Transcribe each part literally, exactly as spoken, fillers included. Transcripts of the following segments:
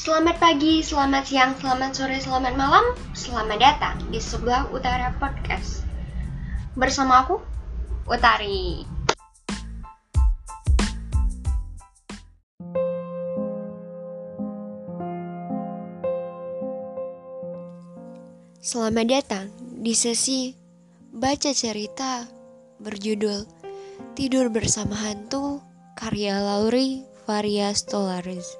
Selamat pagi, selamat siang, selamat sore, selamat malam. Selamat datang di Sebelah Utara Podcast. Bersama aku, Utari. Selamat datang di sesi baca cerita berjudul Tidur Bersama Hantu karya Lauri Varia Stolaris.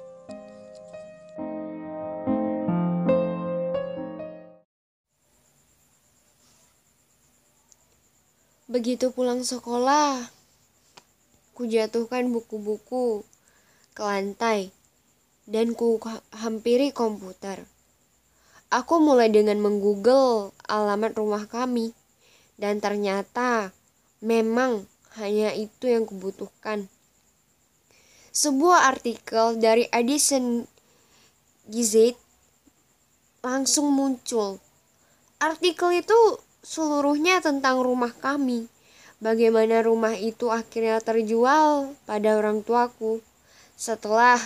Begitu pulang sekolah, ku jatuhkan buku-buku ke lantai dan ku hampiri komputer. Aku mulai dengan menggoogle alamat rumah kami dan ternyata memang hanya itu yang kubutuhkan. Sebuah artikel dari Edison Gazette langsung muncul. Artikel itu seluruhnya tentang rumah kami. Bagaimana rumah itu akhirnya terjual pada orang tuaku setelah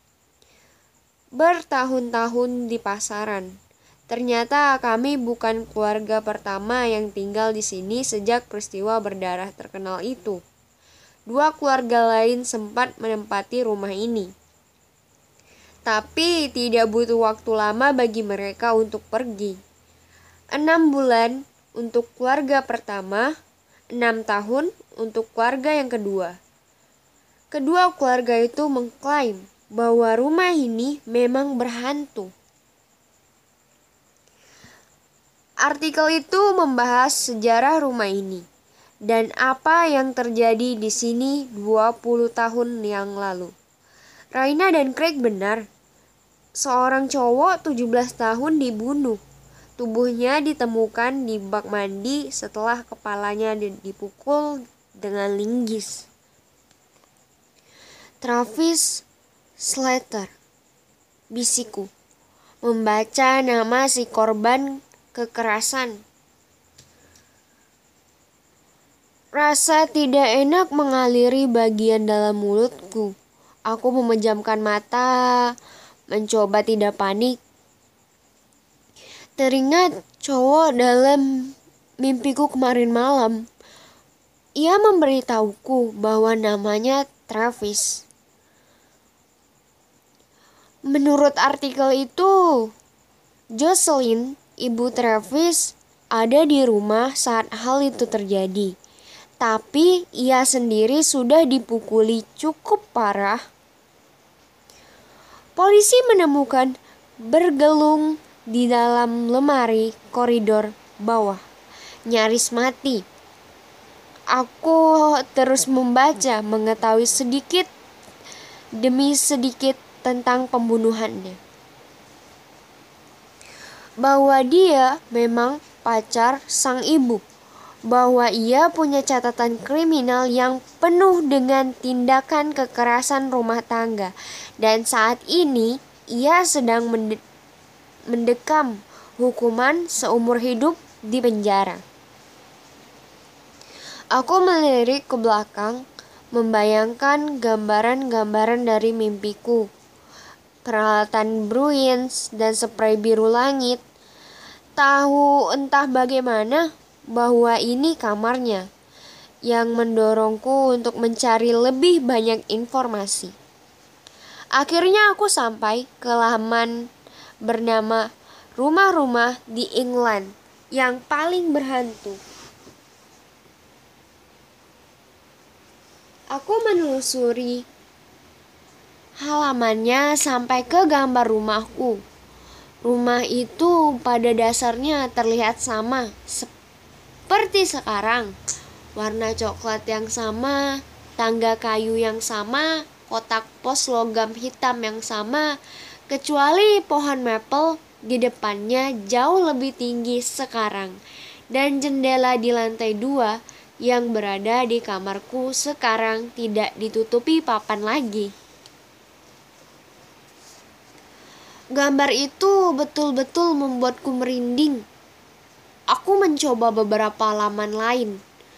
bertahun-tahun di pasaran. Ternyata kami bukan keluarga pertama yang tinggal di sini sejak peristiwa berdarah terkenal itu. Dua keluarga lain sempat menempati rumah ini. Tapi tidak butuh waktu lama bagi mereka untuk pergi. Enam bulan untuk keluarga pertama, enam tahun untuk keluarga yang kedua. Kedua keluarga itu mengklaim bahwa rumah ini memang berhantu. Artikel itu membahas sejarah rumah ini dan apa yang terjadi di sini dua puluh tahun yang lalu. Raina dan Craig benar. Seorang cowok tujuh belas tahun dibunuh. Tubuhnya ditemukan di bak mandi setelah kepalanya dipukul dengan linggis. Travis Slater, bisiku, membaca nama si korban kekerasan. Rasa tidak enak mengaliri bagian dalam mulutku. Aku memejamkan mata, mencoba tidak panik. Teringat cowok dalam mimpiku kemarin malam. Ia memberitahuku bahwa namanya Travis. Menurut artikel itu, Jocelyn, ibu Travis, ada di rumah saat hal itu terjadi. Tapi ia sendiri sudah dipukuli cukup parah. Polisi menemukan bergelung di dalam lemari koridor bawah, nyaris mati. Aku terus membaca, mengetahui sedikit demi sedikit tentang pembunuhannya. Bahwa dia memang pacar sang ibu, bahwa ia punya catatan kriminal yang penuh dengan tindakan kekerasan rumah tangga, dan saat ini ia sedang mende- mendekam hukuman seumur hidup di penjara. Aku melirik ke belakang, membayangkan gambaran-gambaran dari mimpiku. Peralatan Bruins dan spray biru langit. Tahu entah bagaimana bahwa ini kamarnya, yang mendorongku untuk mencari lebih banyak informasi. Akhirnya aku sampai ke laman bernama Rumah-Rumah di England yang paling berhantu. Aku menelusuri halamannya sampai ke gambar rumahku. Rumah itu pada dasarnya terlihat sama seperti sekarang. Warna coklat yang sama, tangga kayu yang sama, kotak pos logam hitam yang sama, kecuali pohon maple di depannya jauh lebih tinggi sekarang, dan jendela di lantai dua yang berada di kamarku sekarang tidak ditutupi papan lagi. Gambar itu betul-betul membuatku merinding. Aku mencoba beberapa laman lain,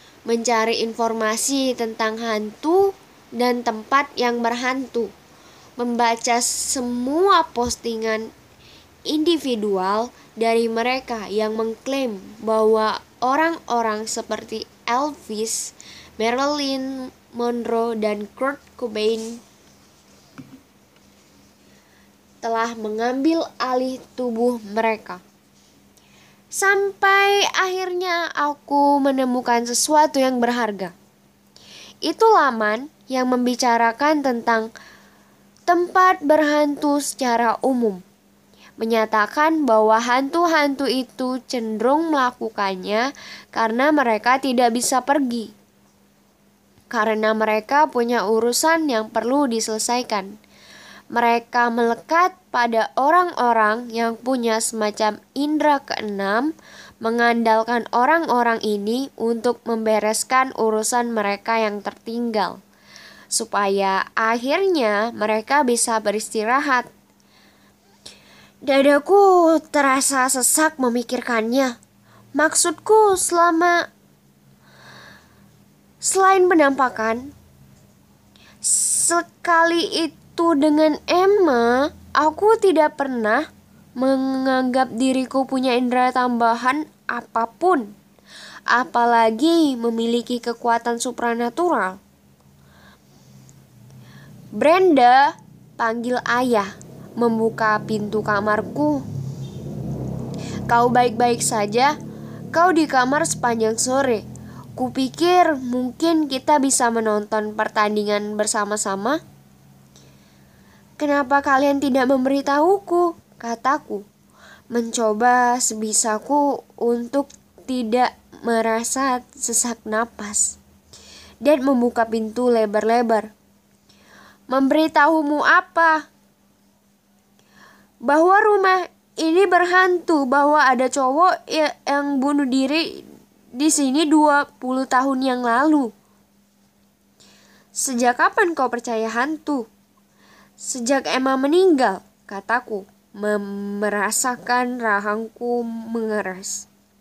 mencari informasi tentang hantu dan tempat yang berhantu. membaca semua postingan individual dari mereka yang mengklaim bahwa orang-orang seperti Elvis, Marilyn Monroe, dan Kurt Cobain telah mengambil alih tubuh mereka. Sampai akhirnya aku menemukan sesuatu yang berharga. Itu laman yang membicarakan tentang tempat berhantu secara umum, menyatakan bahwa hantu-hantu itu cenderung melakukannya karena mereka tidak bisa pergi, karena mereka punya urusan yang perlu diselesaikan. Mereka melekat pada orang-orang yang punya semacam indera keenam, mengandalkan orang-orang ini untuk membereskan urusan mereka yang tertinggal, supaya akhirnya mereka bisa beristirahat. Dadaku terasa sesak memikirkannya. Maksudku selama selain penampakan, sekali itu dengan Emma, aku tidak pernah menganggap diriku punya indera tambahan apapun, apalagi memiliki kekuatan supranatural. Brenda, panggil ayah, membuka pintu kamarku. Kau baik-baik saja? Kau di kamar sepanjang sore. Kupikir mungkin kita bisa menonton pertandingan bersama-sama. Kenapa kalian tidak memberitahuku? Kataku, mencoba sebisaku untuk tidak merasa sesak napas dan membuka pintu lebar-lebar. Memberitahumu apa? Bahwa rumah ini berhantu, bahwa ada cowok yang bunuh diri di sini dua puluh tahun yang lalu. Sejak kapan kau percaya hantu? Sejak Emma meninggal, kataku, merasakan rahangku mengeras.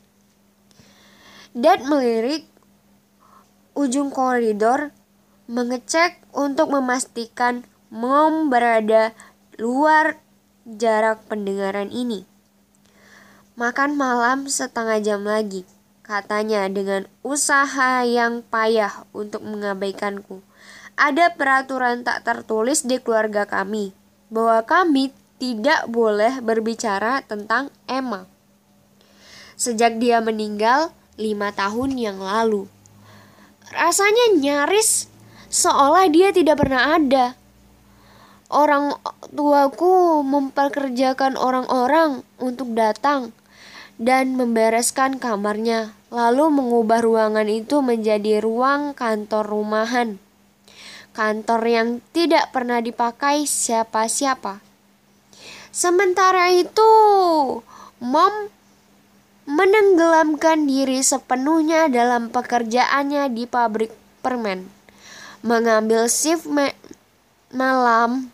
Dad melirik ujung koridor, mengecek untuk memastikan Mom berada luar jarak pendengaran ini. Makan malam setengah jam lagi, katanya dengan usaha yang payah untuk mengabaikanku. Ada peraturan tak tertulis di keluarga kami bahwa kami tidak boleh berbicara tentang Emma sejak dia meninggal lima tahun yang lalu. Rasanya nyaris seolah dia tidak pernah ada. Orang tuaku memperkerjakan orang-orang untuk datang dan membereskan kamarnya, lalu mengubah ruangan itu menjadi ruang kantor rumahan. Kantor yang tidak pernah dipakai siapa-siapa. Sementara itu, Mom menenggelamkan diri sepenuhnya dalam pekerjaannya di pabrik permen, mengambil shift ma- malam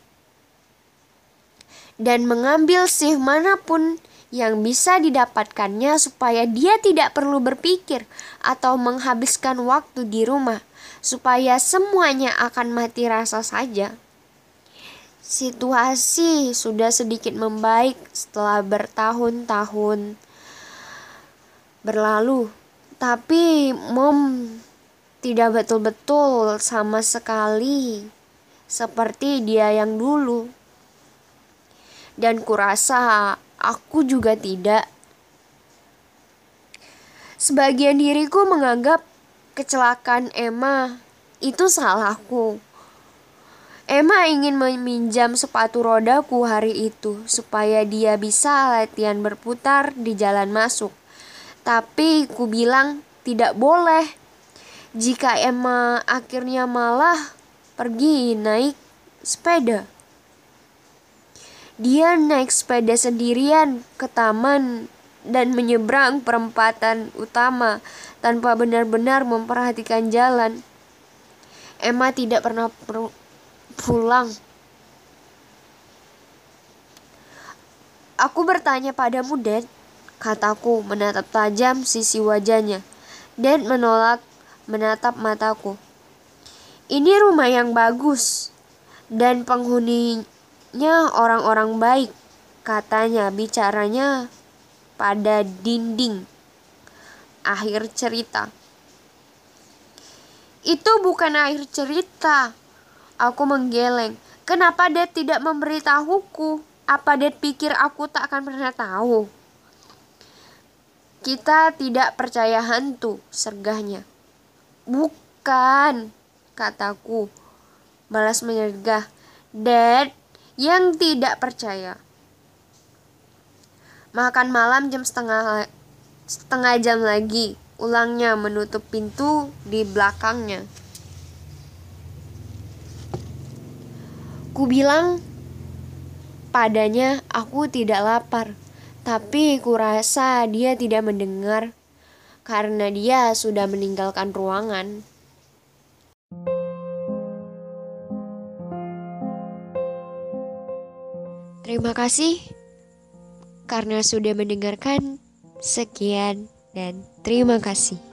dan mengambil shift manapun yang bisa didapatkannya supaya dia tidak perlu berpikir atau menghabiskan waktu di rumah, supaya semuanya akan mati rasa saja. Situasi sudah sedikit membaik setelah bertahun-tahun berlalu, tapi Mom tidak betul-betul sama sekali seperti dia yang dulu. Dan kurasa aku juga tidak. Sebagian diriku menganggap kecelakaan Emma itu salahku. Emma ingin meminjam sepatu rodaku hari itu supaya dia bisa latihan berputar di jalan masuk. Tapi ku bilang tidak boleh. Jika Emma akhirnya malah pergi naik sepeda. Dia naik sepeda sendirian ke taman dan menyeberang perempatan utama tanpa benar-benar memperhatikan jalan. Emma tidak pernah pulang. Aku bertanya padamu, Dad, kataku menatap tajam sisi wajahnya. Dad menolak menatap mataku. Ini rumah yang bagus. Dan penghuninya orang-orang baik, katanya bicaranya pada dinding. Akhir cerita. Itu bukan akhir cerita. Aku menggeleng. Kenapa Dad tidak memberitahuku? Apa Dad pikir aku tak akan pernah tahu? Kita tidak percaya hantu, sergahnya. Bukan, kataku. Balas menyergah. Dad, yang tidak percaya. Makan malam jam setengah, setengah jam lagi. Ulangnya menutup pintu di belakangnya. Ku bilang padanya aku tidak lapar. Tapi kurasa dia tidak mendengar karena dia sudah meninggalkan ruangan. Terima kasih karena sudah mendengarkan. Sekian dan terima kasih.